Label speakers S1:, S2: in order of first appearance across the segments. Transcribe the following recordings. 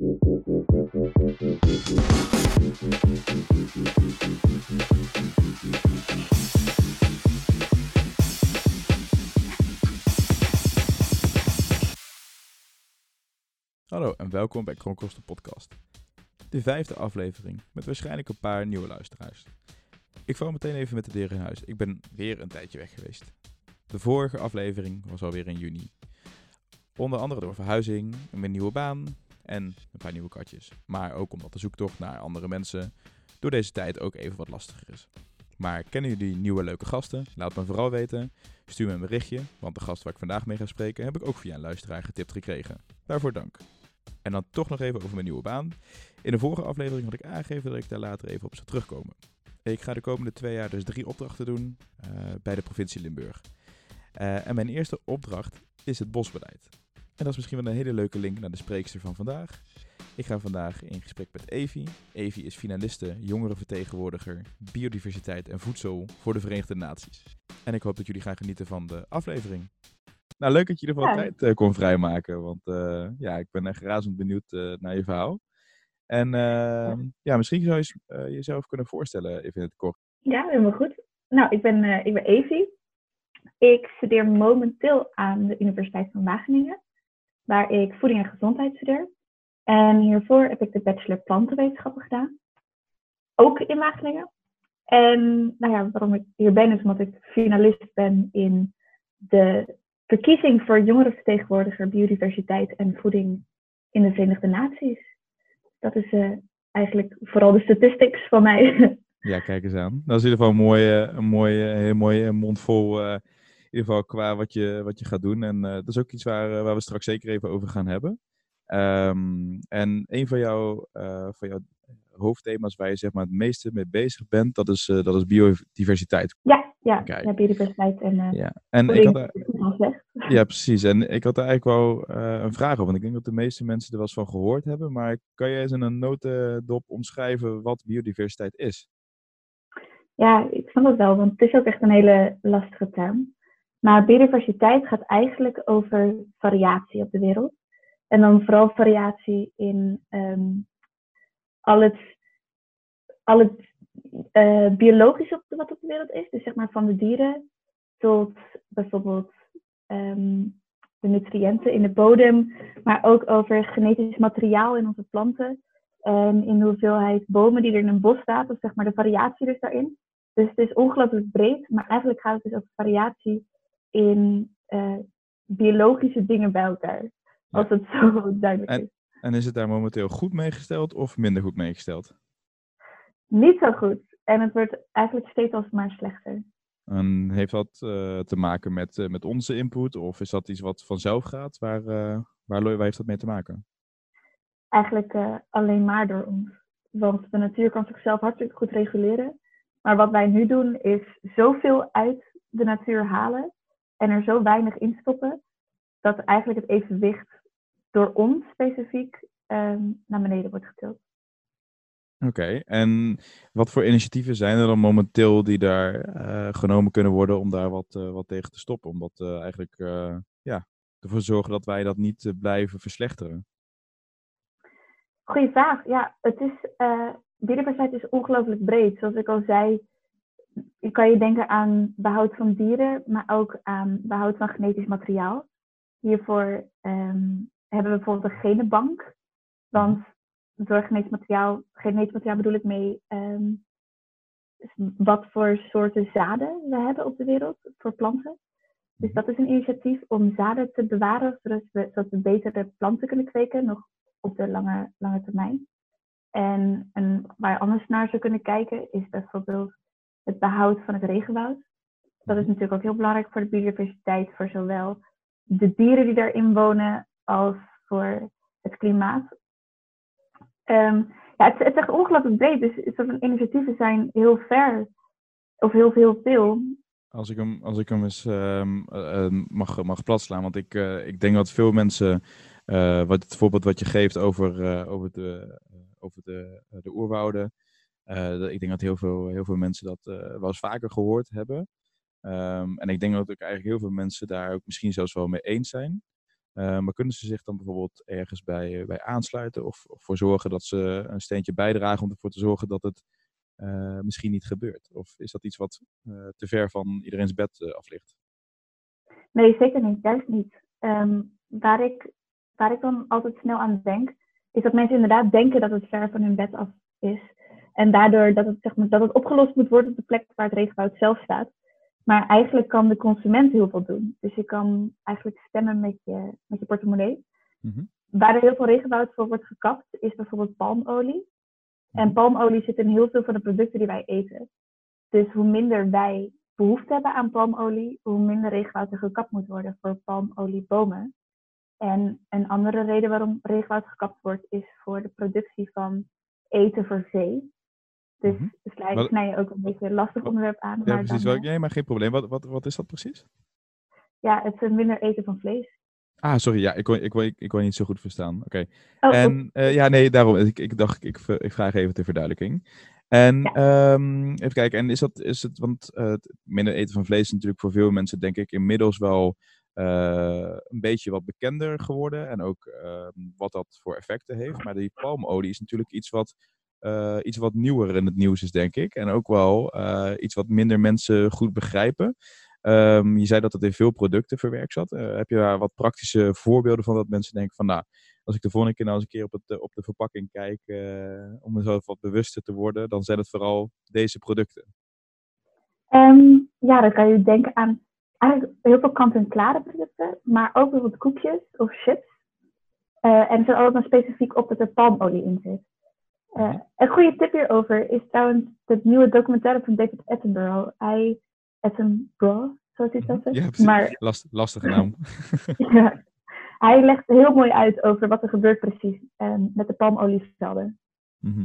S1: Hallo en welkom bij Kronkels de podcast. De 5e aflevering met waarschijnlijk een paar nieuwe luisteraars. Ik val meteen even met de deur in huis. Ik ben weer een tijdje weg geweest. De vorige aflevering was alweer in juni. Onder andere door verhuizing, een nieuwe baan en een paar nieuwe katjes. Maar ook omdat de zoektocht naar andere mensen door deze tijd ook even wat lastiger is. Maar kennen jullie nieuwe leuke gasten? Laat me vooral weten. Stuur me een berichtje, want de gast waar ik vandaag mee ga spreken heb ik ook via een luisteraar getipt gekregen. Daarvoor dank. En dan toch nog even over mijn nieuwe baan. In de vorige aflevering had ik aangegeven dat ik daar later even op zou terugkomen. Ik ga de komende 2 jaar dus 3 opdrachten doen bij de provincie Limburg. En mijn eerste opdracht is het bosbeleid. En dat is misschien wel een hele leuke link naar de spreekster van vandaag. Ik ga vandaag in gesprek met Evie. Evie is finaliste, jongerenvertegenwoordiger, biodiversiteit en voedsel voor de Verenigde Naties. En ik hoop dat jullie gaan genieten van de aflevering. Nou, leuk dat je ervan tijd kon vrijmaken, want ik ben echt razend benieuwd naar je verhaal. En misschien zou je jezelf kunnen voorstellen, even in het kort.
S2: Ja, helemaal goed. Nou, ik ben Evie. Ik studeer momenteel aan de Universiteit van Wageningen, waar ik voeding en gezondheid studeer. En hiervoor heb ik de bachelor plantenwetenschappen gedaan, ook in Wageningen. En waarom ik hier ben is omdat ik finalist ben in de verkiezing voor jongerenvertegenwoordiger, biodiversiteit en voeding in de Verenigde Naties. Dat is eigenlijk vooral de statistics van mij.
S1: Ja, kijk eens aan. Dat is in ieder geval een heel mooie mond vol, in ieder geval qua wat je gaat doen. En dat is ook iets waar we straks zeker even over gaan hebben. En een van jouw hoofdthema's waar je zeg maar het meeste mee bezig bent, dat is biodiversiteit.
S2: Ja, biodiversiteit en
S1: voeding. Ja, precies. En ik had daar eigenlijk wel een vraag over, want ik denk dat de meeste mensen er wel eens van gehoord hebben. Maar kan jij eens in een notendop omschrijven wat biodiversiteit is?
S2: Ja, ik snap het wel, want het is ook echt een hele lastige term. Maar biodiversiteit gaat eigenlijk over variatie op de wereld. En dan vooral variatie in al het biologische wat op de wereld is. Dus zeg maar van de dieren tot bijvoorbeeld de nutriënten in de bodem. Maar ook over genetisch materiaal in onze planten. En in de hoeveelheid bomen die er in een bos staat. Of zeg maar de variatie dus daarin. Dus het is ongelooflijk breed. Maar eigenlijk gaat het dus over variatie in biologische dingen bij elkaar. Als het zo duidelijk is.
S1: En is het daar momenteel goed meegesteld of minder goed meegesteld?
S2: Niet zo goed. En het wordt eigenlijk steeds alsmaar slechter.
S1: En heeft dat te maken met onze input? Of is dat iets wat vanzelf gaat? Waar heeft dat mee te maken?
S2: Eigenlijk alleen maar door ons. Want de natuur kan zichzelf hartstikke goed reguleren. Maar wat wij nu doen is zoveel uit de natuur halen. En er zo weinig in stoppen. Dat eigenlijk het evenwicht door ons specifiek naar beneden wordt getild.
S1: Oké, en wat voor initiatieven zijn er dan momenteel die daar genomen kunnen worden om daar wat tegen te stoppen? Om dat eigenlijk ervoor zorgen dat wij dat niet blijven verslechteren?
S2: Goeie vraag. Ja, biodiversiteit is ongelooflijk breed. Zoals ik al zei, kan je denken aan behoud van dieren, maar ook aan behoud van genetisch materiaal. Hiervoor hebben we bijvoorbeeld een genenbank. Want door genetisch materiaal bedoel ik mee wat voor soorten zaden we hebben op de wereld voor planten. Dus dat is een initiatief om zaden te bewaren, zodat we beter de planten kunnen kweken, nog op de lange termijn. En waar je anders naar zou kunnen kijken, is bijvoorbeeld het behoud van het regenwoud. Dat is natuurlijk ook heel belangrijk voor de biodiversiteit, voor zowel de dieren die daarin wonen, als voor het klimaat. Het is echt ongelooflijk breed, dus het soort van initiatieven zijn heel ver, of heel veel.
S1: Als ik hem eens mag platslaan, want ik denk dat veel mensen, het voorbeeld wat je geeft over de oerwouden, ik denk dat heel veel mensen dat wel eens vaker gehoord hebben. En ik denk dat ook eigenlijk heel veel mensen daar ook misschien zelfs wel mee eens zijn. Maar kunnen ze zich dan bijvoorbeeld ergens bij aansluiten of voor zorgen dat ze een steentje bijdragen om ervoor te zorgen dat het misschien niet gebeurt? Of is dat iets wat te ver van iedereen's bed af ligt?
S2: Nee, zeker niet. Juist niet. Waar ik dan altijd snel aan denk, is dat mensen inderdaad denken dat het ver van hun bed af is. En daardoor dat het, zeg maar, dat het opgelost moet worden op de plek waar het regenwoud zelf staat. Maar eigenlijk kan de consument heel veel doen. Dus je kan eigenlijk stemmen met je portemonnee.
S1: Mhm.
S2: Waar er heel veel regenwoud voor wordt gekapt, is bijvoorbeeld palmolie. En palmolie zit in heel veel van de producten die wij eten. Dus hoe minder wij behoefte hebben aan palmolie, hoe minder regenwoud er gekapt moet worden voor palmoliebomen. En een andere reden waarom regenwoud gekapt wordt, is voor de productie van eten voor vee. Dus
S1: Mhm.
S2: ik snij je ook een beetje een lastig onderwerp aan.
S1: Ja,
S2: Maar
S1: precies.
S2: dan,
S1: Nee, maar geen probleem. Wat is dat precies?
S2: ja, het minder eten van vlees.
S1: Ah, sorry. Ja, ik kon niet zo goed verstaan. Oké.
S2: Oh,
S1: En ja, nee, daarom. Ik dacht, ik vraag even ter verduidelijking. En
S2: ja.
S1: even kijken. En is het, want het minder eten van vlees is natuurlijk voor veel mensen, denk ik, inmiddels wel een beetje wat bekender geworden. En ook wat dat voor effecten heeft. Maar die palmolie is natuurlijk iets wat nieuwer in het nieuws is, denk ik. En ook wel iets wat minder mensen goed begrijpen. Je zei dat het in veel producten verwerkt zat. Heb je daar wat praktische voorbeelden van dat mensen denken van, nou, als ik de volgende keer nou eens een keer op de verpakking kijk, om mezelf wat bewuster te worden, dan zijn het vooral deze producten.
S2: Ja, dan kan je denken aan eigenlijk heel veel kant-en-klare producten, maar ook bijvoorbeeld koekjes of chips. En er staat altijd maar specifiek op dat er palmolie in zit. Een goede tip hierover is trouwens het nieuwe documentaire van David Attenborough, zoals hij het zo zegt.
S1: Ja, precies.
S2: Maar
S1: Lastige naam.
S2: ja, hij legt heel mooi uit over wat er gebeurt precies met de palmolievelden.
S1: Mhm.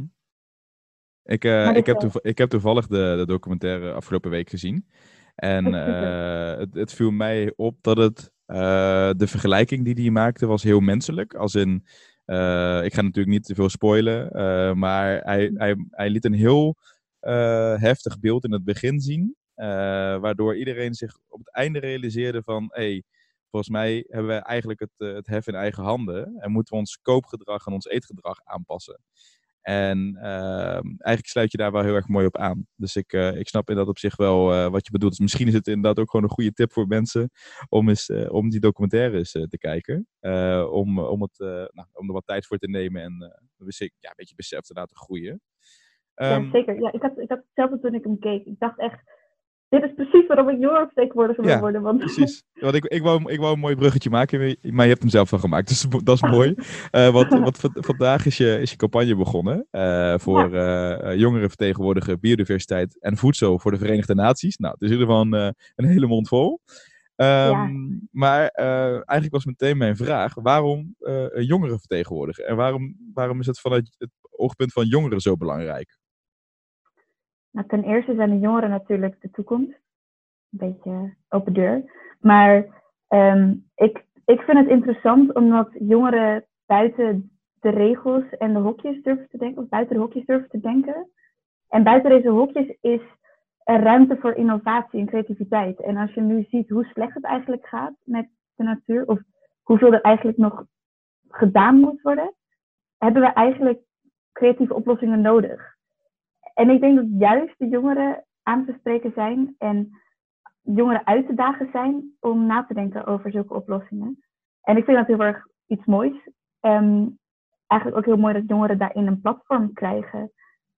S2: Maar
S1: Ik heb toevallig de documentaire afgelopen week gezien. En het viel mij op dat de vergelijking die hij maakte was heel menselijk. Als in, ik ga natuurlijk niet te veel spoilen, maar hij liet een heel heftig beeld in het begin zien. Waardoor iedereen zich op het einde realiseerde van, hey, volgens mij hebben wij eigenlijk het hef in eigen handen. En moeten we ons koopgedrag en ons eetgedrag aanpassen. En eigenlijk sluit je daar wel heel erg mooi op aan. Dus ik snap in dat op zich wel wat je bedoelt. Dus misschien is het inderdaad ook gewoon een goede tip voor mensen om die documentaires te kijken. Om er wat tijd voor te nemen en een beetje besef te laten groeien.
S2: ja, zeker. Ja, ik had hetzelfde toen ik hem keek. Ik dacht echt, dit is precies waarom ik jongerenvertegenwoordiger wil worden. Want
S1: precies. Want ik wou een mooi bruggetje maken, maar je hebt hem zelf al gemaakt, dus dat is mooi. Want vandaag is je campagne begonnen voor jongeren vertegenwoordigen biodiversiteit en voedsel voor de Verenigde Naties. Nou, het is in ieder geval een hele mond vol.
S2: ja,
S1: Maar eigenlijk was meteen mijn vraag, waarom jongeren vertegenwoordigen? En waarom is het vanuit het oogpunt van jongeren zo belangrijk?
S2: nou, ten eerste zijn de jongeren natuurlijk de toekomst. Een beetje open deur. Maar ik vind het interessant omdat jongeren buiten de regels en de hokjes durven te denken, of buiten de hokjes durven te denken. En buiten deze hokjes is er ruimte voor innovatie en creativiteit. En als je nu ziet hoe slecht het eigenlijk gaat met de natuur, of hoeveel er eigenlijk nog gedaan moet worden, hebben we eigenlijk creatieve oplossingen nodig. En ik denk dat juist de jongeren aan te spreken zijn en jongeren uit te dagen zijn om na te denken over zulke oplossingen. En ik vind dat heel erg iets moois. Eigenlijk ook heel mooi dat jongeren daarin een platform krijgen.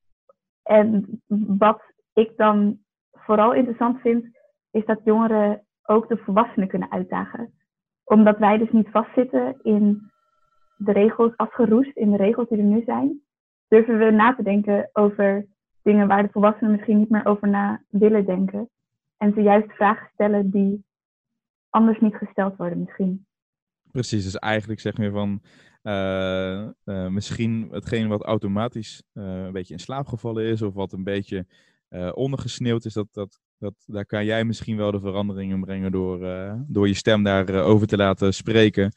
S2: En wat ik dan vooral interessant vind, is dat jongeren ook de volwassenen kunnen uitdagen. Omdat wij dus niet vastzitten in de regels, afgeroest in de regels die er nu zijn, durven we na te denken over dingen waar de volwassenen misschien niet meer over na willen denken. En ze juist vragen stellen die anders niet gesteld worden misschien.
S1: Precies, dus eigenlijk zeg je van misschien hetgeen wat automatisch een beetje in slaap gevallen is of wat een beetje ondergesneeuwd is, daar kan jij misschien wel de verandering in brengen door je stem daarover over te laten spreken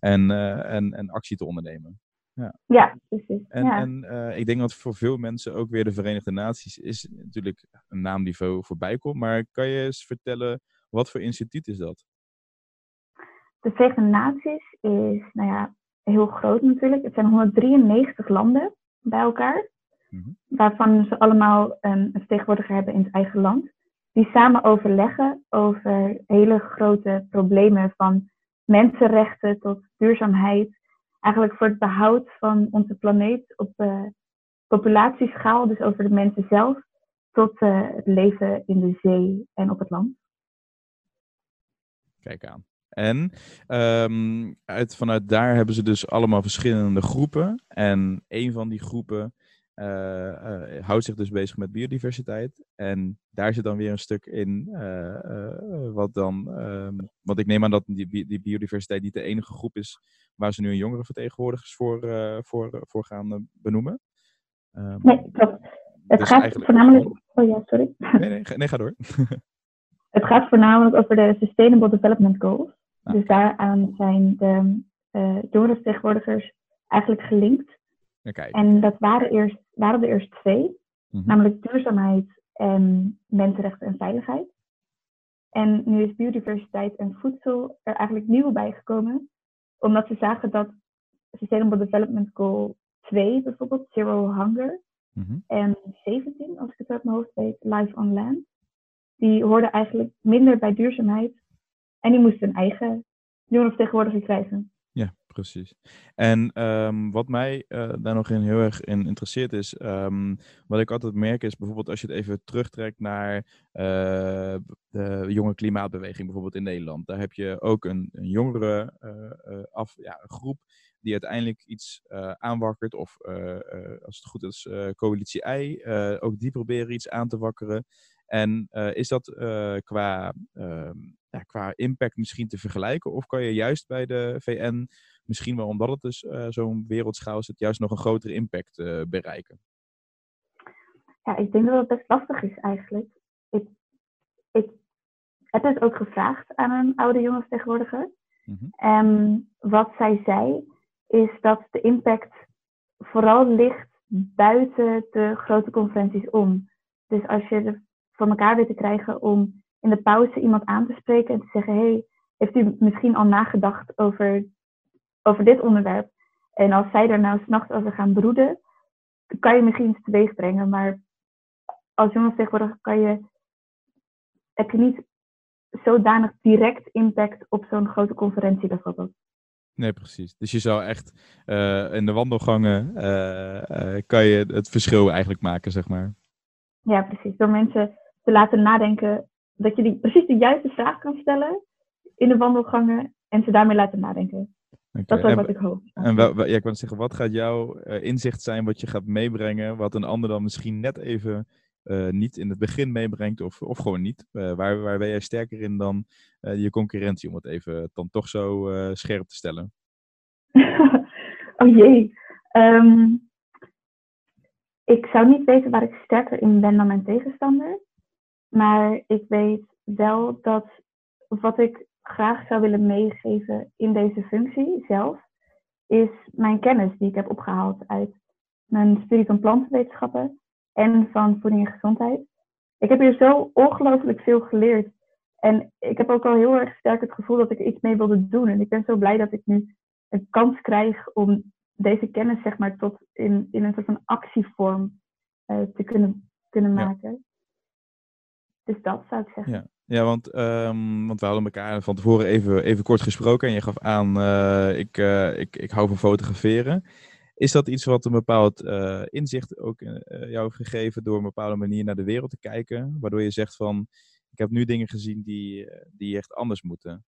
S1: en actie te ondernemen.
S2: Ja, precies.
S1: En ik denk dat voor veel mensen ook weer de Verenigde Naties is natuurlijk een naam die voorbij komt, maar kan je eens vertellen wat voor instituut is dat?
S2: de Verenigde Naties is, heel groot natuurlijk. Het zijn 193 landen bij elkaar, waarvan ze allemaal een vertegenwoordiger hebben in het eigen land. Die samen overleggen over hele grote problemen van mensenrechten tot duurzaamheid. Eigenlijk voor het behoud van onze planeet op populatieschaal, dus over de mensen zelf, tot het leven in de zee en op het land.
S1: Kijk aan. En vanuit daar hebben ze dus allemaal verschillende groepen. En een van die groepen houdt zich dus bezig met biodiversiteit. En daar zit dan weer een stuk in want ik neem aan dat die biodiversiteit niet de enige groep is waar ze nu een jongerenvertegenwoordigers voor gaan benoemen.
S2: Nee, klopt. Het
S1: dus
S2: gaat
S1: eigenlijk...
S2: voornamelijk... Oh ja, sorry.
S1: Nee, ga door.
S2: Het gaat voornamelijk over de Sustainable Development Goals.
S1: Ah,
S2: dus daaraan zijn de jongerenvertegenwoordigers eigenlijk gelinkt.
S1: Okay.
S2: En dat waren er eerst 2. Namelijk duurzaamheid en mensenrechten en veiligheid. En nu is biodiversiteit en voedsel er eigenlijk nieuw bijgekomen. Omdat ze zagen dat Sustainable Development Goal 2 bijvoorbeeld, Zero Hunger. En 17, als ik het uit mijn hoofd weet, Life on Land. Die hoorden eigenlijk minder bij duurzaamheid. En die moesten een eigen jongerenvertegenwoordiger krijgen.
S1: Ja, precies. En wat mij daar nog heel erg in interesseert is, wat ik altijd merk is bijvoorbeeld als je het even terugtrekt naar de jonge klimaatbeweging bijvoorbeeld in Nederland. Daar heb je ook een jongere een groep die uiteindelijk iets aanwakkert of als het goed is coalitie I, ook die proberen iets aan te wakkeren. En is dat qua impact misschien te vergelijken? Of kan je juist bij de VN, misschien wel omdat het dus zo'n wereldschaal is, het juist nog een grotere impact bereiken?
S2: Ja, ik denk dat het best lastig is eigenlijk. Ik heb het ook gevraagd aan een oude jongerenvertegenwoordiger. En wat zij zei, is dat de impact vooral ligt buiten de grote conferenties om. Dus als je er voor elkaar weet te krijgen om in de pauze iemand aan te spreken en te zeggen, hey, heeft u misschien al nagedacht over dit onderwerp? En als zij er nou 's nachts over gaan broeden, kan je misschien iets teweeg brengen. Maar als jongerenvertegenwoordiger heb je niet zodanig direct impact op zo'n grote conferentie bijvoorbeeld.
S1: Nee, precies. Dus je zou echt in de wandelgangen kan je het verschil eigenlijk maken, zeg maar.
S2: Ja, precies. Door mensen te laten nadenken, dat je precies de juiste vraag kan stellen in de wandelgangen en ze daarmee laten nadenken. Okay. Dat is ook wat ik hoop.
S1: En ik wil zeggen, wat gaat jouw inzicht zijn wat je gaat meebrengen, wat een ander dan misschien net even niet in het begin meebrengt of gewoon niet? Waar ben jij sterker in dan je concurrentie, om het even dan toch zo scherp te stellen?
S2: Oh jee. Ik zou niet weten waar ik sterker in ben dan mijn tegenstander. Maar ik weet wel dat wat ik graag zou willen meegeven in deze functie zelf, is mijn kennis die ik heb opgehaald uit mijn studie van plantenwetenschappen en van voeding en gezondheid. Ik heb hier zo ongelooflijk veel geleerd. En ik heb ook al heel erg sterk het gevoel dat ik iets mee wilde doen. En ik ben zo blij dat ik nu een kans krijg om deze kennis zeg maar tot in een soort van actievorm te kunnen maken. Ja. Dus dat zou ik zeggen.
S1: Ja, want we hadden elkaar van tevoren even kort gesproken en je gaf aan, ik hou van fotograferen. Is dat iets wat een bepaald inzicht ook jou heeft gegeven door een bepaalde manier naar de wereld te kijken? Waardoor je zegt van, ik heb nu dingen gezien die echt anders moeten.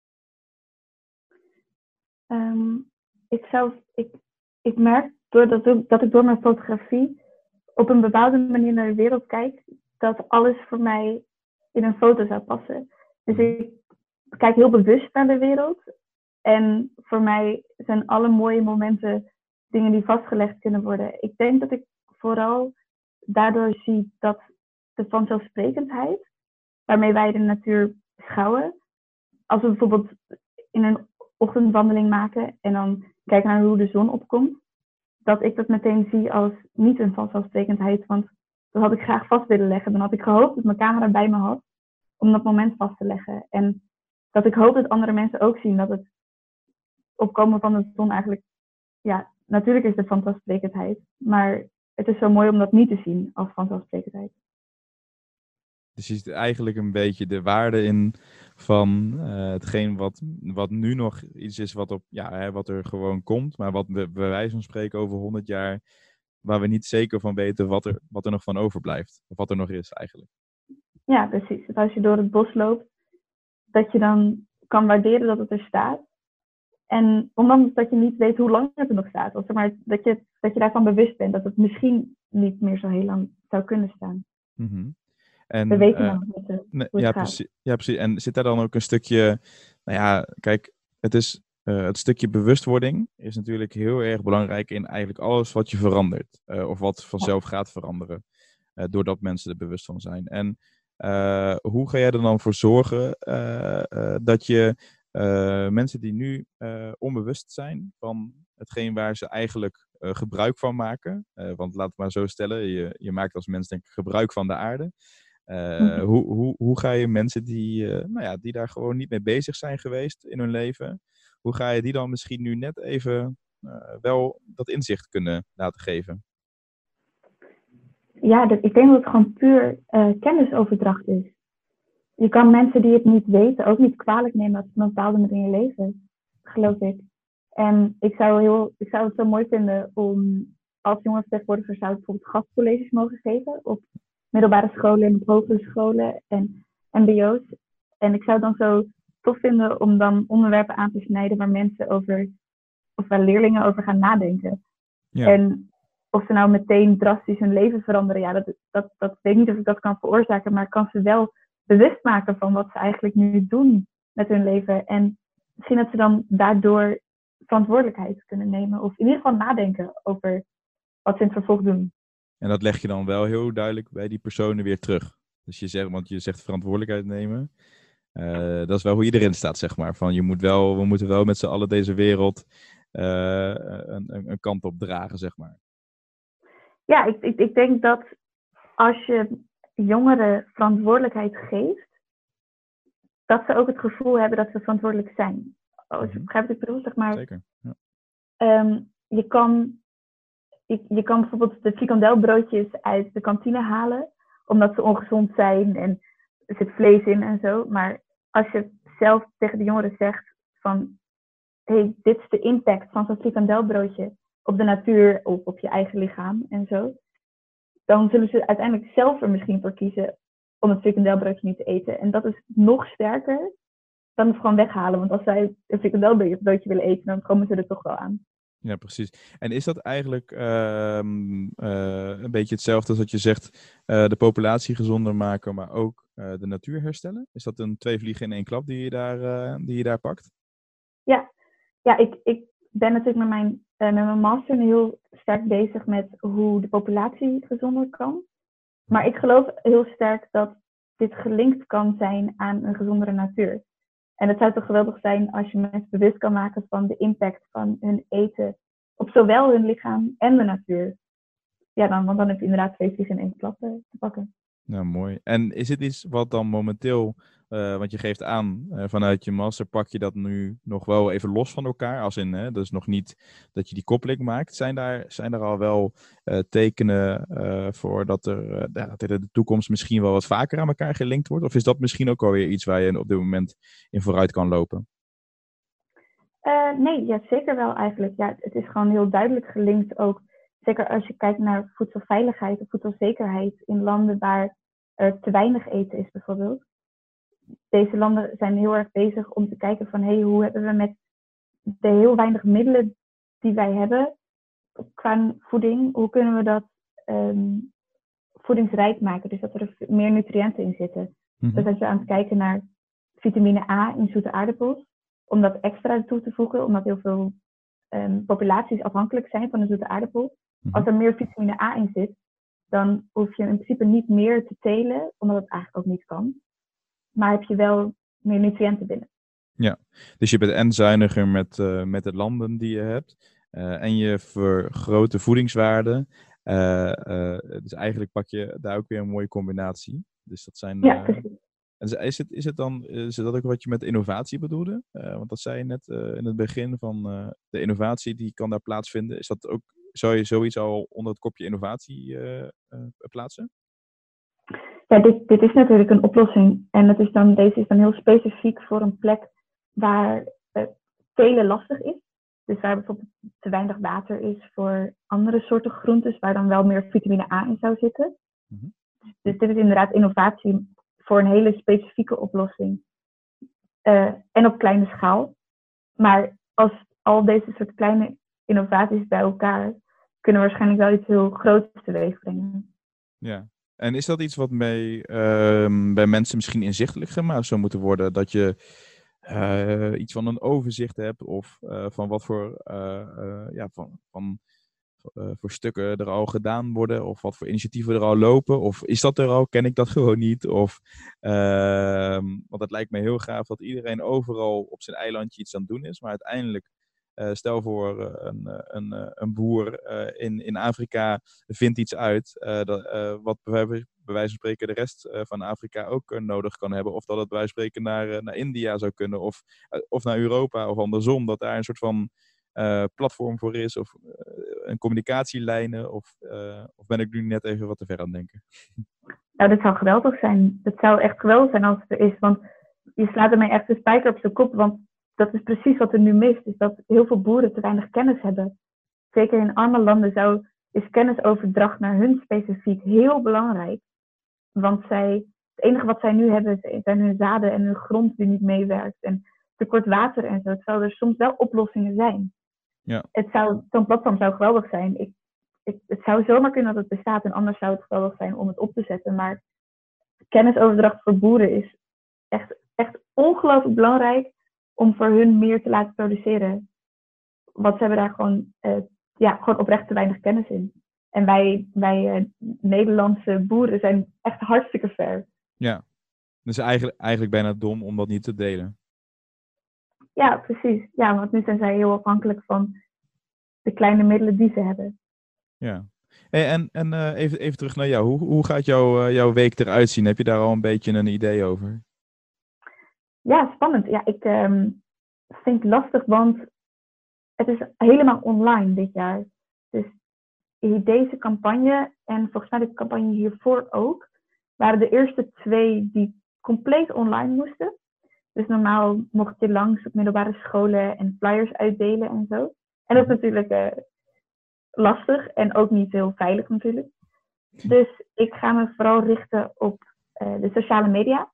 S2: Ik merk dat ik door mijn fotografie op een bepaalde manier naar de wereld kijk, dat alles voor mij in een foto zou passen. Dus ik kijk heel bewust naar de wereld. En voor mij zijn alle mooie momenten dingen die vastgelegd kunnen worden. Ik denk dat ik vooral daardoor zie dat de vanzelfsprekendheid waarmee wij de natuur schouwen, als we bijvoorbeeld in een ochtendwandeling maken en dan kijken naar hoe de zon opkomt, dat ik dat meteen zie als niet een vanzelfsprekendheid, want dat had ik graag vast willen leggen. Dan had ik gehoopt dat mijn camera bij me had om dat moment vast te leggen. En dat ik hoop dat andere mensen ook zien dat het opkomen van de zon eigenlijk, ja, natuurlijk is het vanzelfsprekendheid, maar het is zo mooi om dat niet te zien als vanzelfsprekendheid.
S1: Dus je ziet eigenlijk een beetje de waarde in van hetgeen wat nu nog iets is wat er gewoon komt, maar wat we bij wijze van spreken over 100 jaar, waar we niet zeker van weten wat er nog van overblijft. Of wat er nog is eigenlijk.
S2: Ja, precies. Dat als je door het bos loopt, dat je dan kan waarderen dat het er staat. En ondanks dat je niet weet hoe lang het er nog staat. Of zeg maar, dat je daarvan bewust bent dat het misschien niet meer zo heel lang zou kunnen staan.
S1: Mm-hmm.
S2: We weten namelijk niet hoe het gaat.
S1: Ja, precies. En zit daar dan ook een stukje... Nou ja, kijk, het stukje bewustwording is natuurlijk heel erg belangrijk in eigenlijk alles wat je verandert. Of wat vanzelf gaat veranderen. Doordat mensen er bewust van zijn. En hoe ga jij er dan voor zorgen dat je mensen die nu onbewust zijn van hetgeen waar ze eigenlijk gebruik van maken. Want laat het maar zo stellen, je maakt als mens denk ik gebruik van de aarde. Hoe ga je mensen die daar gewoon niet mee bezig zijn geweest in hun leven, hoe ga je die dan misschien nu net even wel dat inzicht kunnen laten geven?
S2: Ja, ik denk dat het gewoon puur kennisoverdracht is. Je kan mensen die het niet weten ook niet kwalijk nemen als ze een bepaalde manier leven, geloof ik. En ik zou het zo mooi vinden om als jongerenvertegenwoordiger zou ik bijvoorbeeld gastcolleges mogen geven op middelbare scholen en op hogere scholen en mbo's. En ik zou het dan zo tof vinden om dan onderwerpen aan te snijden waar mensen waar leerlingen over gaan nadenken.
S1: Ja.
S2: En of ze nou meteen drastisch hun leven veranderen, ja, dat weet ik niet of ik dat kan veroorzaken, maar ik kan ze wel bewust maken van wat ze eigenlijk nu doen met hun leven. En misschien dat ze dan daardoor verantwoordelijkheid kunnen nemen. Of in ieder geval nadenken over wat ze in het vervolg doen.
S1: En dat leg je dan wel heel duidelijk bij die personen weer terug. Dus want je zegt verantwoordelijkheid nemen. Dat is wel hoe iedereen staat, zeg maar. Van we moeten wel met z'n allen deze wereld een kant op dragen, zeg maar.
S2: Ja, ik denk dat als je jongeren verantwoordelijkheid geeft, dat ze ook het gevoel hebben dat ze verantwoordelijk zijn. Als je begrijpt wat ik bedoel, zeg maar.
S1: Zeker, ja.
S2: Je kan bijvoorbeeld de frikandelbroodjes uit de kantine halen, omdat ze ongezond zijn en er zit vlees in en zo. Maar als je zelf tegen de jongeren zegt van, hey, dit is de impact van zo'n frikandelbroodje op de natuur of op je eigen lichaam en zo, dan zullen ze uiteindelijk zelf er misschien voor kiezen om het frikandelbroodje niet te eten. En dat is nog sterker dan het gewoon weghalen. Want als zij een frikandelbroodje willen eten, dan komen ze er toch wel aan.
S1: Ja, precies. En is dat eigenlijk een beetje hetzelfde als wat je zegt, de populatie gezonder maken, maar ook de natuur herstellen? Is dat een 2 vliegen in 1 klap die je daar pakt?
S2: Ja, ik ben natuurlijk met mijn master nu heel sterk bezig met hoe de populatie gezonder kan. Maar ik geloof heel sterk dat dit gelinkt kan zijn aan een gezondere natuur. En het zou toch geweldig zijn als je mensen bewust kan maken van de impact van hun eten op zowel hun lichaam en de natuur. Ja, want dan heb je inderdaad 2 vliegen in 1 klap te pakken.
S1: Nou, mooi. En is het iets wat dan momenteel, want je geeft aan, vanuit je master pak je dat nu nog wel even los van elkaar, als in, dus nog niet dat je die koppeling maakt. Zijn er al wel tekenen voor dat er in de toekomst misschien wel wat vaker aan elkaar gelinkt wordt? Of is dat misschien ook alweer iets waar je op dit moment in vooruit kan lopen?
S2: Nee, ja, zeker wel eigenlijk. Ja, het is gewoon heel duidelijk gelinkt ook. Zeker als je kijkt naar voedselveiligheid of voedselzekerheid in landen waar er te weinig eten is bijvoorbeeld. Deze landen zijn heel erg bezig om te kijken van hoe hebben we met de heel weinig middelen die wij hebben qua voeding, hoe kunnen we dat voedingsrijk maken? Dus dat er meer nutriënten in zitten. Dus als je aan het kijken naar vitamine A in zoete aardappels, om dat extra toe te voegen, omdat heel veel populaties afhankelijk zijn van de zoete aardappel. Als er meer vitamine A in zit, dan hoef je in principe niet meer te telen, omdat het eigenlijk ook niet kan. Maar heb je wel meer nutriënten binnen. Ja,
S1: dus je bent en zuiniger met de landen die je hebt. En je vergroot de voedingswaarde. Dus eigenlijk pak je daar ook weer een mooie combinatie. Dus dat zijn,
S2: ja, precies.
S1: En is het dan, is dat ook wat je met innovatie bedoelde? Want dat zei je net in het begin van de innovatie die kan daar plaatsvinden. Is dat ook, zou je zoiets al onder het kopje innovatie plaatsen?
S2: Ja, dit is natuurlijk een oplossing. En deze is dan heel specifiek voor een plek waar telen lastig is. Dus waar bijvoorbeeld te weinig water is voor andere soorten groentes, waar dan wel meer vitamine A in zou zitten. Mm-hmm. Dus dit is inderdaad innovatie voor een hele specifieke oplossing. En op kleine schaal. Maar als al deze soort kleine innovaties bij elkaar kunnen waarschijnlijk wel iets heel groots teweeg brengen.
S1: Ja. En is dat iets wat bij mensen misschien inzichtelijk gemaakt zou moeten worden? Dat je iets van een overzicht hebt of van wat voor, voor stukken er al gedaan worden of wat voor initiatieven er al lopen? Of is dat er al? Ken ik dat gewoon niet? Want het lijkt me heel gaaf dat iedereen overal op zijn eilandje iets aan het doen is, maar uiteindelijk stel voor een boer in Afrika vindt iets uit wat bij wijze van spreken de rest van Afrika ook nodig kan hebben. Of dat het bij wijze van spreken naar India zou kunnen of naar Europa of andersom. Dat daar een soort van platform voor is of een communicatielijnen of ben ik nu net even wat te ver aan het denken?
S2: Nou, dat zou geweldig zijn. Het zou echt geweldig zijn als het er is, want je slaat ermee echt de spijker op zijn kop, want dat is precies wat er nu mist, is dat heel veel boeren te weinig kennis hebben. Zeker in arme landen is kennisoverdracht naar hun specifiek heel belangrijk, want het enige wat zij nu hebben zijn hun zaden en hun grond die niet meewerkt en tekort water en zo. Het zou er soms wel oplossingen zijn.
S1: Ja.
S2: Zo'n platform zou geweldig zijn. Het zou zomaar kunnen dat het bestaat en anders zou het geweldig zijn om het op te zetten. Maar kennisoverdracht voor boeren is echt ongelooflijk belangrijk om voor hun meer te laten produceren. Want ze hebben daar gewoon oprecht te weinig kennis in. En wij Nederlandse boeren zijn echt hartstikke ver.
S1: Ja, dus eigenlijk bijna dom om dat niet te delen.
S2: Ja, precies. Ja, want nu zijn zij heel afhankelijk van de kleine middelen die ze hebben.
S1: Ja. En even terug naar jou. Hoe gaat jouw week eruit zien? Heb je daar al een beetje een idee over?
S2: Ja, spannend. Ja, ik vind het lastig, want het is helemaal online dit jaar. Dus deze campagne en volgens mij de campagne hiervoor ook, waren de eerste 2 die compleet online moesten. Dus normaal mocht je langs op middelbare scholen en flyers uitdelen en zo. En dat is natuurlijk lastig en ook niet heel veilig natuurlijk. Dus ik ga me vooral richten op de sociale media.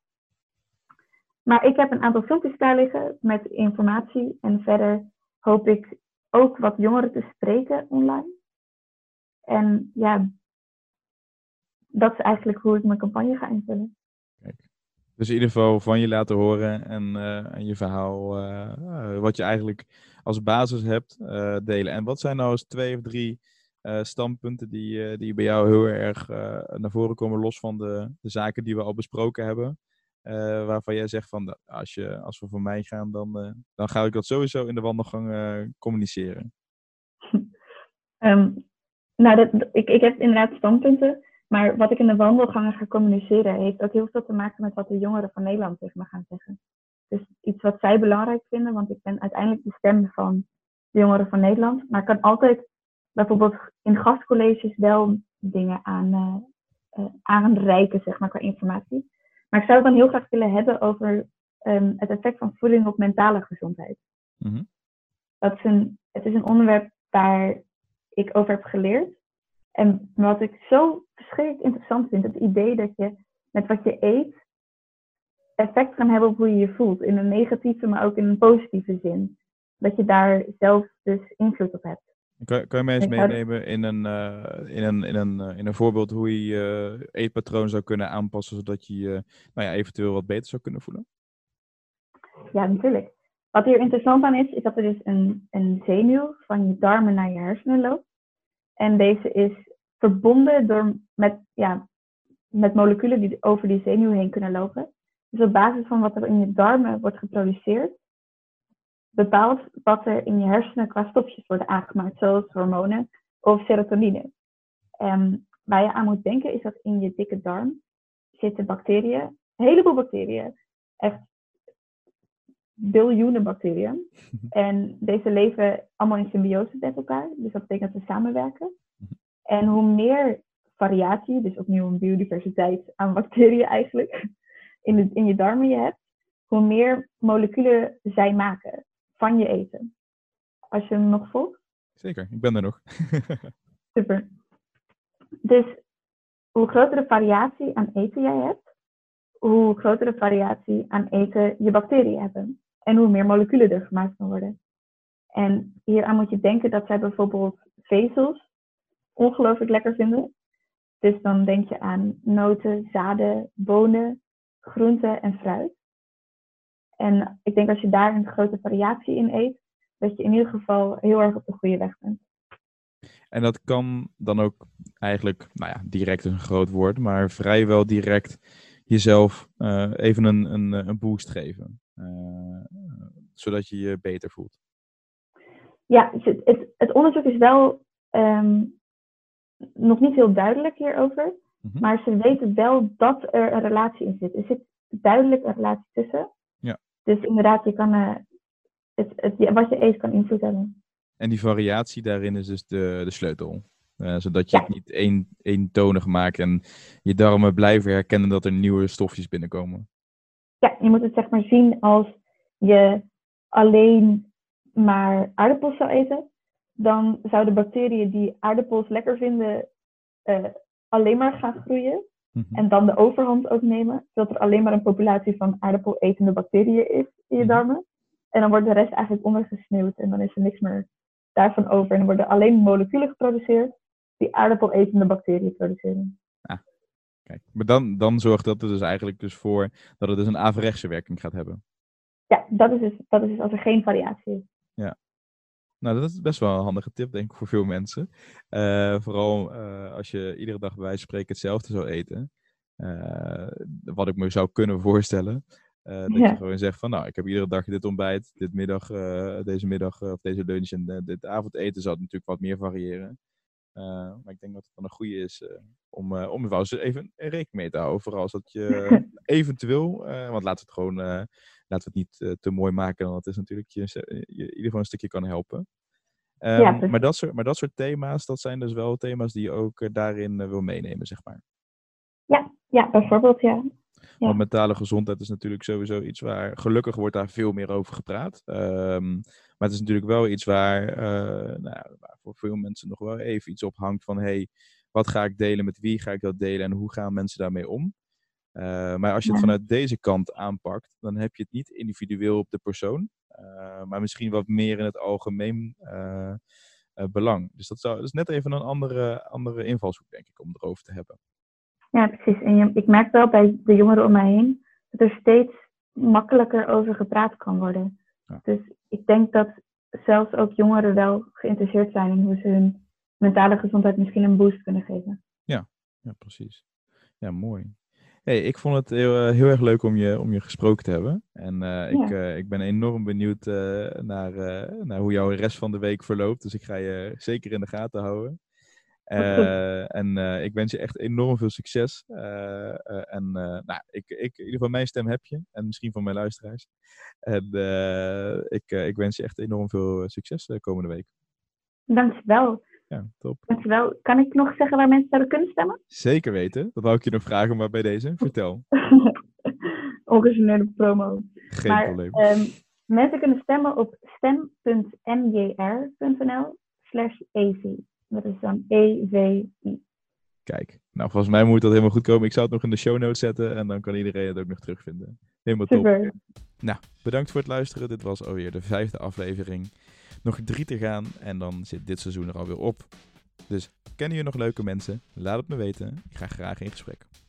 S2: Maar ik heb een aantal filmpjes daar liggen met informatie. En verder hoop ik ook wat jongeren te spreken online. En ja, dat is eigenlijk hoe ik mijn campagne ga invullen.
S1: Kijk. Dus in ieder geval van je laten horen en je verhaal, wat je eigenlijk als basis hebt, delen. En wat zijn nou eens 2 of 3 standpunten die bij jou heel erg naar voren komen, los van de zaken die we al besproken hebben? Waarvan jij zegt van, als we voor mij gaan, dan ga ik dat sowieso in de wandelgang communiceren.
S2: Ik heb inderdaad standpunten. Maar wat ik in de wandelgangen ga communiceren, heeft ook heel veel te maken met wat de jongeren van Nederland tegen me gaan zeggen. Dus iets wat zij belangrijk vinden, want ik ben uiteindelijk de stem van de jongeren van Nederland. Maar ik kan altijd bijvoorbeeld in gastcolleges wel dingen aanreiken, zeg maar, qua informatie. Maar ik zou het dan heel graag willen hebben over het effect van voeding op mentale gezondheid.
S1: Mm-hmm.
S2: Het is een onderwerp waar ik over heb geleerd. En wat ik zo verschrikkelijk interessant vind, het idee dat je met wat je eet effect kan hebben op hoe je je voelt. In een negatieve, maar ook in een positieve zin. Dat je daar zelf dus invloed op hebt.
S1: Kan je mij eens meenemen in een voorbeeld hoe je je eetpatroon zou kunnen aanpassen, zodat je je eventueel wat beter zou kunnen voelen?
S2: Ja, natuurlijk. Wat hier interessant aan is dat er dus een zenuw van je darmen naar je hersenen loopt. En deze is verbonden met moleculen die over die zenuw heen kunnen lopen. Dus op basis van wat er in je darmen wordt geproduceerd, bepaalt wat er in je hersenen qua stofjes worden aangemaakt, zoals hormonen of serotonine. Waar je aan moet denken is dat in je dikke darm zitten bacteriën een heleboel bacteriën. Echt biljoenen bacteriën. En deze leven allemaal in symbiose met elkaar. Dus dat betekent dat ze samenwerken. En hoe meer variatie, dus opnieuw een biodiversiteit aan bacteriën eigenlijk, in je darmen je hebt, hoe meer moleculen zij maken van je eten. Als je hem nog volgt.
S1: Zeker, ik ben er nog.
S2: Super. Dus hoe grotere variatie aan eten jij hebt, hoe grotere variatie aan eten je bacteriën hebben. En hoe meer moleculen er gemaakt kan worden. En hieraan moet je denken dat zij bijvoorbeeld vezels ongelooflijk lekker vinden. Dus dan denk je aan noten, zaden, bonen, groenten en fruit. En ik denk als je daar een grote variatie in eet, dat je in ieder geval heel erg op de goede weg bent.
S1: En dat kan dan ook eigenlijk, direct is een groot woord, maar vrijwel direct jezelf even een boost geven. Zodat je je beter voelt.
S2: Ja, het onderzoek is wel nog niet heel duidelijk hierover. Mm-hmm. Maar ze weten wel dat er een relatie in zit. Er zit duidelijk een relatie tussen.
S1: Ja.
S2: Dus inderdaad, je kan, wat je eet kan invloed hebben.
S1: En die variatie daarin is dus de sleutel. Zodat je het niet eentonig maakt en je darmen blijven herkennen dat er nieuwe stofjes binnenkomen.
S2: Ja, je moet het zeg maar zien als je alleen maar aardappels zou eten. Dan zouden bacteriën die aardappels lekker vinden alleen maar gaan groeien. Mm-hmm. En dan de overhand ook nemen. Zodat er alleen maar een populatie van aardappeletende bacteriën is in je darmen. Mm-hmm. En dan wordt de rest eigenlijk ondergesneeuwd en dan is er niks meer daarvan over. En dan worden alleen moleculen geproduceerd die aardappeletende bacteriën produceren.
S1: Ah, kijk. Maar dan zorgt dat er dus eigenlijk dus voor dat het dus een averechtse werking gaat hebben.
S2: Ja, dat is dus als er geen variatie is.
S1: Ja. Nou, dat is best wel een handige tip, denk ik, voor veel mensen. Vooral als je iedere dag bij wijze van spreken hetzelfde zou eten. Wat ik me zou kunnen voorstellen. Dat je gewoon zegt van, ik heb iedere dag dit ontbijt, deze middag of deze lunch en dit avondeten zal natuurlijk wat meer variëren. Maar ik denk dat het dan een goede is om wel eens even rekening mee te houden. Vooral als dat je eventueel, want laten we het niet te mooi maken dan het is natuurlijk je in ieder geval een stukje kan helpen. Maar dat soort thema's, dat zijn dus wel thema's die je ook daarin wil meenemen, zeg maar.
S2: Ja, bijvoorbeeld, ja.
S1: Want mentale gezondheid is natuurlijk sowieso iets waar, gelukkig wordt daar veel meer over gepraat. Maar het is natuurlijk wel iets waar voor veel mensen nog wel even iets op hangt van, wat ga ik delen, met wie ga ik dat delen en hoe gaan mensen daarmee om? Maar als je het vanuit deze kant aanpakt, dan heb je het niet individueel op de persoon, maar misschien wat meer in het algemeen belang. Dus dat is net even een andere invalshoek, denk ik, om erover te hebben.
S2: Ja, precies. En ik merk wel bij de jongeren om mij heen dat er steeds makkelijker over gepraat kan worden. Ja. Dus ik denk dat zelfs ook jongeren wel geïnteresseerd zijn in hoe ze hun mentale gezondheid misschien een boost kunnen geven.
S1: Ja, precies. Ja, mooi. Ik vond het heel erg leuk om je gesproken te hebben. En ik ben enorm benieuwd naar hoe jouw rest van de week verloopt. Dus ik ga je zeker in de gaten houden. Ik wens je echt enorm veel succes. In ieder geval mijn stem heb je. En misschien van mijn luisteraars. En ik wens je echt enorm veel succes de komende week.
S2: Dankjewel.
S1: Ja, top.
S2: Dankjewel. Kan ik nog zeggen waar mensen zouden kunnen stemmen?
S1: Zeker weten. Dat wou ik je nog vragen, maar bij deze, vertel.
S2: Ongegeneerde promo.
S1: Geen probleem.
S2: Mensen kunnen stemmen op stem.njr.nl/EVI. Dat is dan EVI.
S1: Kijk, nou volgens mij moet dat helemaal goed komen. Ik zou het nog in de show notes zetten en dan kan iedereen het ook nog terugvinden. Helemaal top.
S2: Super.
S1: Nou, bedankt voor het luisteren. Dit was alweer de 5e aflevering. Nog 3 te gaan en dan zit dit seizoen er alweer op. Dus kennen jullie nog leuke mensen? Laat het me weten. Ik ga graag in gesprek.